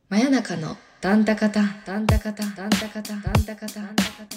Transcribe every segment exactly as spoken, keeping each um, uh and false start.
真夜中のダンタカタンダンタカタンダンタカタンダンタカタンダンタカタ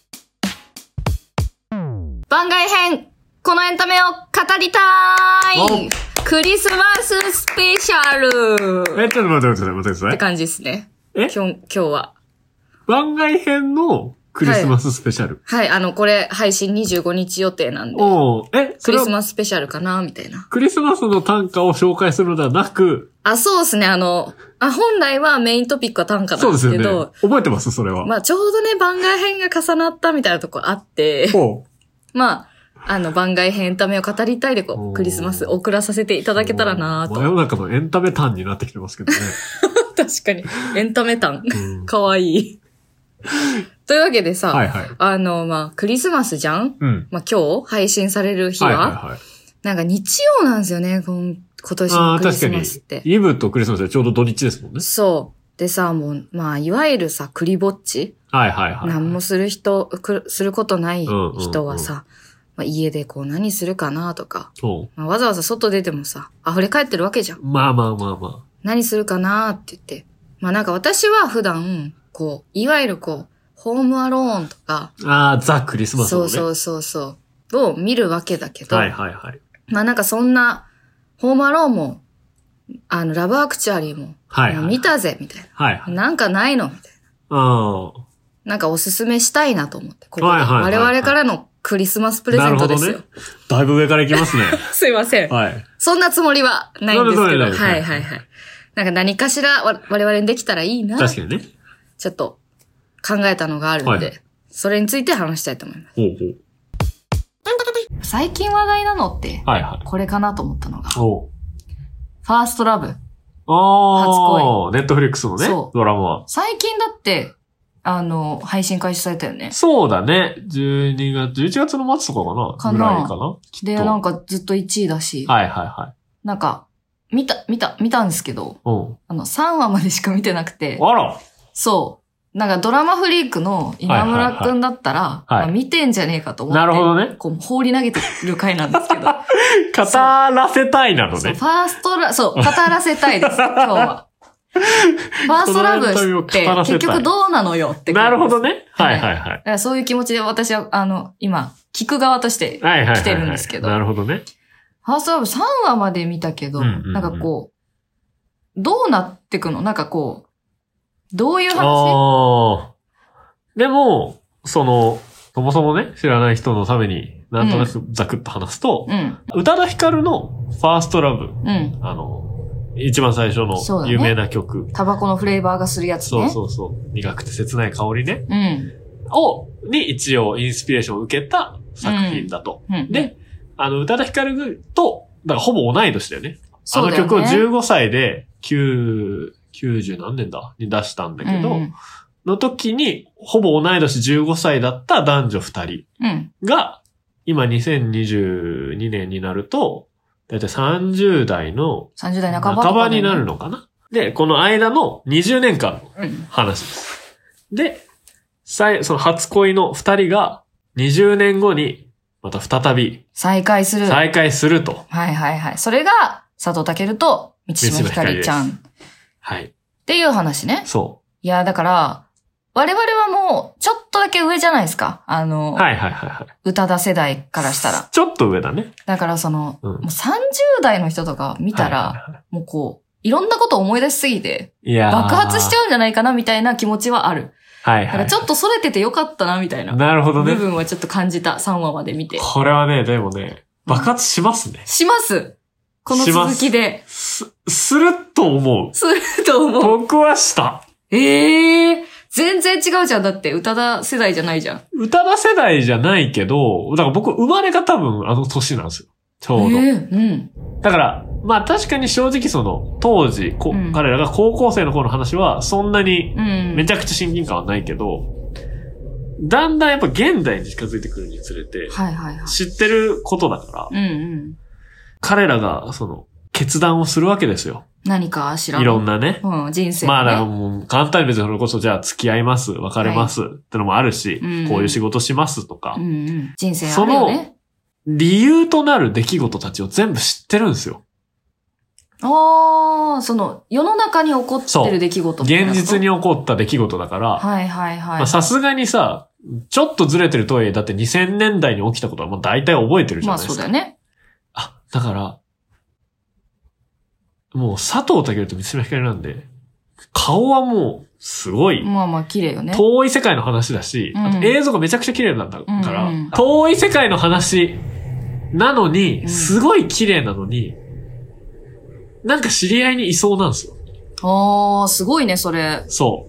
ン番外編、このエンタメを語りたいクリスマススペシャル。 え、ちょっと待って待って待ってください。 って感じですね。 え今日、今日は。 番外編のクリスマススペシャル。 はい、はい、あの、これ配信にじゅうごにち予定なんで。 おえクリスマススペシャルかなみたいな。 クリスマスの短歌を紹介するのではなく。 あ、そうですね。あの、あ、本来はメイントピックは短歌なんですけど。そうですよね。 覚えてますそれは。 まあ、ちょうどね、番外編が重なったみたいなとこあって。 おまあ、あの、番外編エンタメを語りたいで、こう、クリスマス送らさせていただけたらなぁと。 真夜中のエンタメ単になってきてますけどね。 確かに。エンタメ単。かわいい。というわけでさ、はいはい、あの、まあ、クリスマスじゃん、うん、まあ、今日配信される日は、はいはいはい、なんか日曜なんですよね、今年のクリスマスって。 確かに。イブとクリスマスはちょうど土日ですもんね。 そう。でさ、もう、まあ、いわゆるさ、クリぼっち、 はいはいはい。 何もする人、することない人はさ、うんうんうん、まあ、家でこう何するかなとか、まあ、わざわざ外出てもさ、溢れ返ってるわけじゃん。 まあまあまあまあ。 何するかなって言って。まあなんか私は普段、こう、いわゆるこう、ホームアローンとか。 ああ、ザ・クリスマスのね。 そうそうそうそう。を見るわけだけど。 はいはいはい。 まあなんかそんな、ホームアローンも、あの、ラブアクチュアリーも、はいはい、見たぜ、みたいな。はいはい。なんかないのみたいな。ああ。なんかおすすめしたいなと思って。ここで。はいはいはいはい、我々からのクリスマスプレゼントですよ。なるほどね。 だいぶ上から行きますね。 すいません。はい。そんなつもりはないんですけど。はいはいはい。なんか何かしら我々にできたらいいな。 確かにね。 ちょっと考えたのがあるんで、はい、それについて話したいと思います。ほうほう。最近話題なのって、はいはい、これかなと思ったのが、おファーストラブ。ああ。初恋。ネットフリックスのね、ドラマは。 最近だって、あの、配信開始されたよね。 そうだね。じゅうにがつ、じゅういちがつの末とかかなかなぐらいかなで、なんかずっといちいだし。 はいはいはい。 なんか、見た、見た、見たんですけど、うん、あの、さんわまでしか見てなくて。 あらそう。なんかドラマフリークの今村くんだったら、はいはいはいまあ、見てんじゃねえかと思って。 なるほどね。 こう、放り投げてる回なんですけど。語らせたいなのね。 ファーストラ、そう、語らせたいです、今日は。ファーストラブって結局どうなのよってなるほどね。はいはいはい。だからそういう気持ちで私は、あの、今、聞く側として来てるんですけど。 なるほどね。 ファーストラブさんわまで見たけど、うんうんうん、なんかこう、どうなってくのなんかこう、どういう話？あでも、その、そもそもね、知らない人のために、なんとなくざくっと話すと、宇多田ヒカルのファーストラブ、うん、あの、一番最初の有名な曲。 タバコのフレーバーがするやつね。 そうそうそう。苦くて切ない香りね。うん。を、に一応インスピレーションを受けた作品だと。うんうん、で、あの、宇多田ヒカルと、だからほぼ同い年だよね。あの曲をじゅうごさいで、きゅう、きゅうじゅう何年だに出したんだけど、うん、の時に、ほぼ同い年じゅうごさいだった男女ふたりが、うん、今にせんにじゅうにねんになると、だいたいさんじゅう代のさんじゅう代半ば、 半ばになるのかな。で、この間のにじゅうねんかんの話です。うん、で、さその初恋のふたりがにじゅうねんごにまた再び再会する。 再会すると。 はいはいはい。それが佐藤健と満島ひかりちゃん。はい。っていう話ね。そう。いや、だから、我々はもう、ちょっとだけ上じゃないですか。あの、はいはいはいはい。宇多田世代からしたら。 ちょっと上だね。 だからその、うん、もうさんじゅう代の人とか見たら、はいはいはい、もうこう、いろんなこと思い出しすぎて、いや爆発しちゃうんじゃないかなみたいな気持ちはある。はいはい、はい。だからちょっと逸れててよかったなみたいな。 なるほどね。 部分はちょっと感じた。さんわまで見て。 これはね、でもね、爆発しますね。 うん、します。この続きで。 す、すると思う。 すると思う。 僕はした。 ええー。全然違うじゃん。だって、宇多田世代じゃないじゃん。 宇多田世代じゃないけど、だから僕生まれが多分あの年なんですよ。ちょうど。えー、うん。だから、まあ確かに正直その、当時、こうん、彼らが高校生の頃の話は、そんなに、めちゃくちゃ親近感はないけど、うん、だんだんやっぱ現代に近づいてくるにつれて、はいはいはい、知ってることだから、うんうん、彼らが、その、決断をするわけですよ。 何か知らん。 いろんなね。 うん、人生、ね。 まあ、だからもう、簡単に別にそれこそ、じゃあ付き合います、別れます、はい、ってのもあるし、うん、こういう仕事しますとか。 うんうん、人生あるよね。 その、理由となる出来事たちを全部知ってるんですよ。 ああ、その、世の中に起こってる出来事現実に起こった出来事だから、 はいはいはい。 まあさすがにさ、ちょっとずれてるとはいえ、だってにせんねんだいに起きたことはもう大体覚えてるじゃないですか。まあそうだよね。あ、だから、もう佐藤健と満島ひかりなんで、顔はもう、すごい。 まあまあ綺麗よね。 遠い世界の話だし、うん、あと映像がめちゃくちゃ綺麗なんだから、うんうん、遠い世界の話なのに、すごい綺麗なのに、うん、なんか知り合いにいそうなんですよ。 ああ、すごいね、それ。 そう。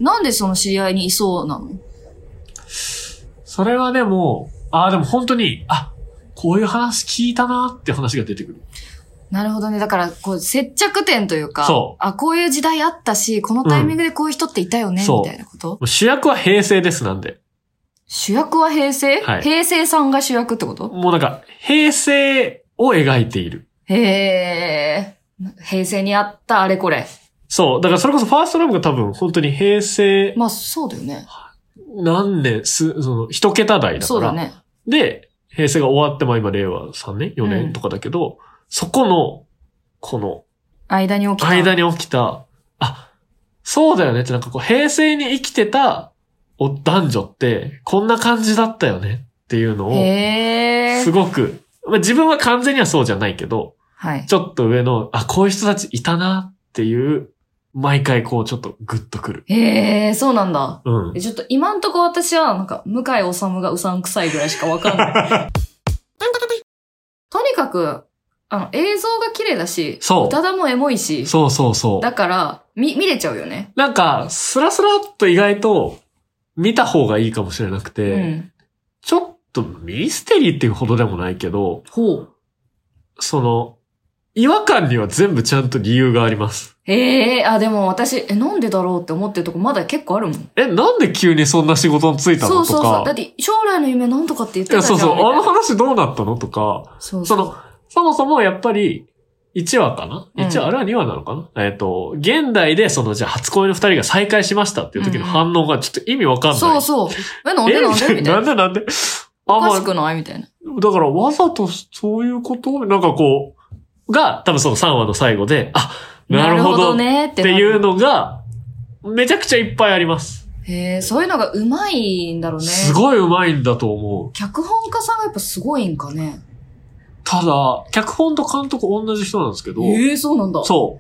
なんでその知り合いにいそうなの？ それはでも、ああ、でも本当に、あ、こういう話聞いたなーって話が出てくる。 なるほどね。だから、こう、接着点というか、そう。あ、こういう時代あったし、このタイミングでこういう人っていたよね、うん、みたいなこと？ 主役は平成ですなんで。 主役は平成？はい。平成さんが主役ってこと？ もうなんか、平成を描いている。 へえ。平成にあったあれこれ。 そう。だからそれこそファーストラブが多分本当に平成。 まあそうだよね。 何年、す、その、一桁台だから。そうだね。で、平成が終わって、まあ今令和さんねん ?よねんとかだけど、うん、そこの、この、 間に起きた。 間に起きた、あ、そうだよねってなんかこう、平成に生きてた男女って、こんな感じだったよねっていうのを、すごく、まあ、自分は完全にはそうじゃないけど、はい、ちょっと上の、あ、こういう人たちいたなっていう、毎回こうちょっとグッとくる。 へえ、そうなんだ。 うん。 ちょっと今んとこ私はなんか、向井治がうさんくさいぐらいしかわかんない。とにかく、あの、映像が綺麗だし、そう。歌田もエモいし。 そうそうそう。 だから、見、見れちゃうよね。 なんか、スラスラっと意外と、見た方がいいかもしれなくて、うん、ちょっとミステリーっていうほどでもないけど、 ほう。 その、違和感には全部ちゃんと理由があります。 ええー、あ、でも私、え、なんでだろうって思ってるとこまだ結構あるもん。 え、なんで急にそんな仕事に就いたのとか。そうそうそう。 だって将来の夢なんとかって言ってたじゃん。 いや、そうそう。あの話どうなったのとか。そうそう。その、そもそもやっぱり、いちわかないちわ、うん、あれはにわなのかなえっ、ー、と、現代でその、じゃあ初恋の二人が再会しましたっていう時の反応がちょっと意味わかんない。 そうそう。え、なんでなんでみたいな。 なんでなんでおかしくないみたいな。 だからわざとそういうことなんかこう、が、多分そのさんわの最後で、あ、なるほどねっていうのが、めちゃくちゃいっぱいあります。 へえ、そういうのがうまいんだろうね。 すごいうまいんだと思う。 脚本家さんがやっぱすごいんかね。 ただ、脚本と監督同じ人なんですけど。 ええー、そうなんだ。 そう。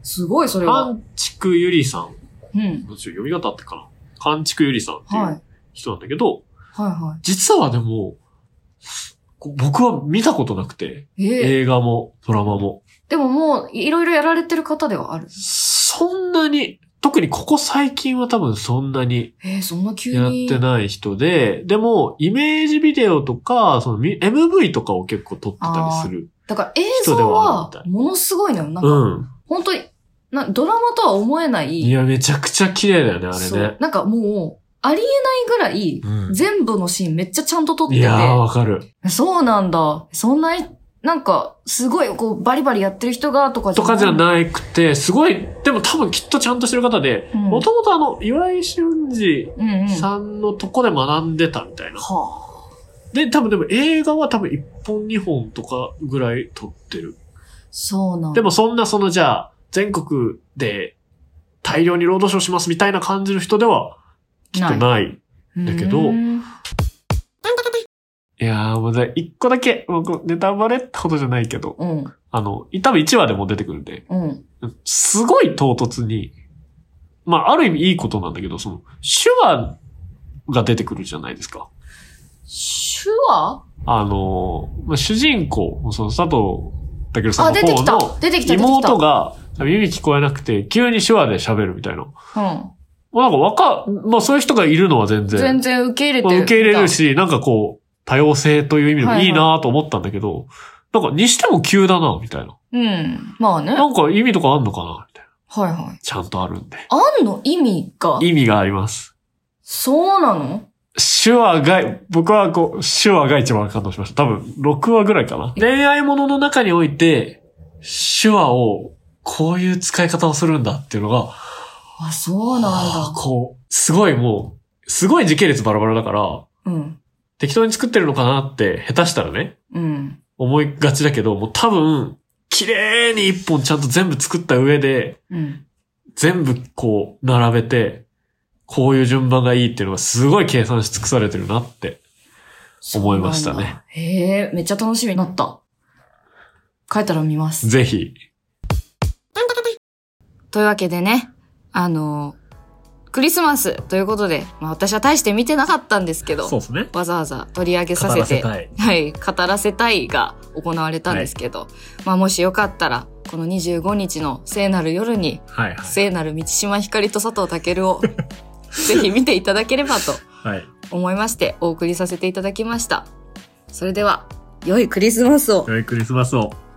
すごい、それは。 関畜ゆりさん。 うん。 どっち読み方ってかな。関畜ゆりさんっていう人なんだけど、 はい、はいはい。 実はでも、僕は見たことなくて、えー、映画もドラマも。 でももういろいろやられてる方ではある。 そんなに、特にここ最近は多分そんなにえー、そんな急にやってない人で、でもイメージビデオとか、その エムブイ とかを結構撮ってたりする。 だから映像はものすごいのよ。なんか、うん、本当になドラマとは思えない。 いや、めちゃくちゃ綺麗だよね、あれね。そう。 なんかもう、ありえないぐらい、うん、全部のシーンめっちゃちゃんと撮ってて。いやー、わかる。 そうなんだ。そんな、なんか、すごい、こう、バリバリやってる人が、とかじゃない。とかじゃなくて、すごい、でも多分きっとちゃんとしてる方で、もともとあの、岩井俊二さんのとこで学んでたみたいな。はあ、で、多分でも映画は多分いっぽんにほんとかぐらい撮ってる。 そうなんだ。 でもそんなその、じゃあ、全国で大量にロードショーしますみたいな感じの人では、きっとない。だけど、いやーもうね、一個だけ、僕、ネタバレってことじゃないけど、うん、あの、多分いちわでも出てくるんで、うん、すごい唐突に、まあ、ある意味いいことなんだけど、その、手話が出てくるじゃないですか。 手話あの、まあ、主人公、その佐藤健さんの方の出てきた妹が耳聞こえなくて、急に手話で喋るみたいな。うんなんかわか、まあそういう人がいるのは全然。 全然受け入れてる。 受け入れるし、なんかこう、多様性という意味でもいいなと思ったんだけど、はいはい、なんかにしても急だな、みたいな。 うん。まあね。 なんか意味とかあんのかな、みたいな。はいはい。 ちゃんとあるんで。 あんの意味が意味があります。 そうなの手話が、僕はこう、手話が一番感動しました。多分、ろくわぐらいかな。恋愛ものの中において、手話をこういう使い方をするんだっていうのが、 あ、そうなんだ。 こう、すごいもう、すごい時系列バラバラだから、 うん。 適当に作ってるのかなって、下手したらね、 うん。 思いがちだけど、もう多分、 綺麗に一本ちゃんと全部作った上で、うん、全部こう並べて、こういう順番がいいっていうのがすごい計算し尽くされてるなって思いましたね。 へえ、めっちゃ楽しみになった。帰ったら見ます。 ぜひ。 というわけでね、あの、クリスマスということで、まあ私は大して見てなかったんですけど、 そうですね。 わざわざ取り上げさせて、はい、語らせたいが行われたんですけど、はい、まあもしよかったら、このにじゅうごにちの聖なる夜に、はいはい、聖なる満島ひかりと佐藤健をぜひ見ていただければと思いましてお送りさせていただきました。それでは、良いクリスマスを。 良いクリスマスを。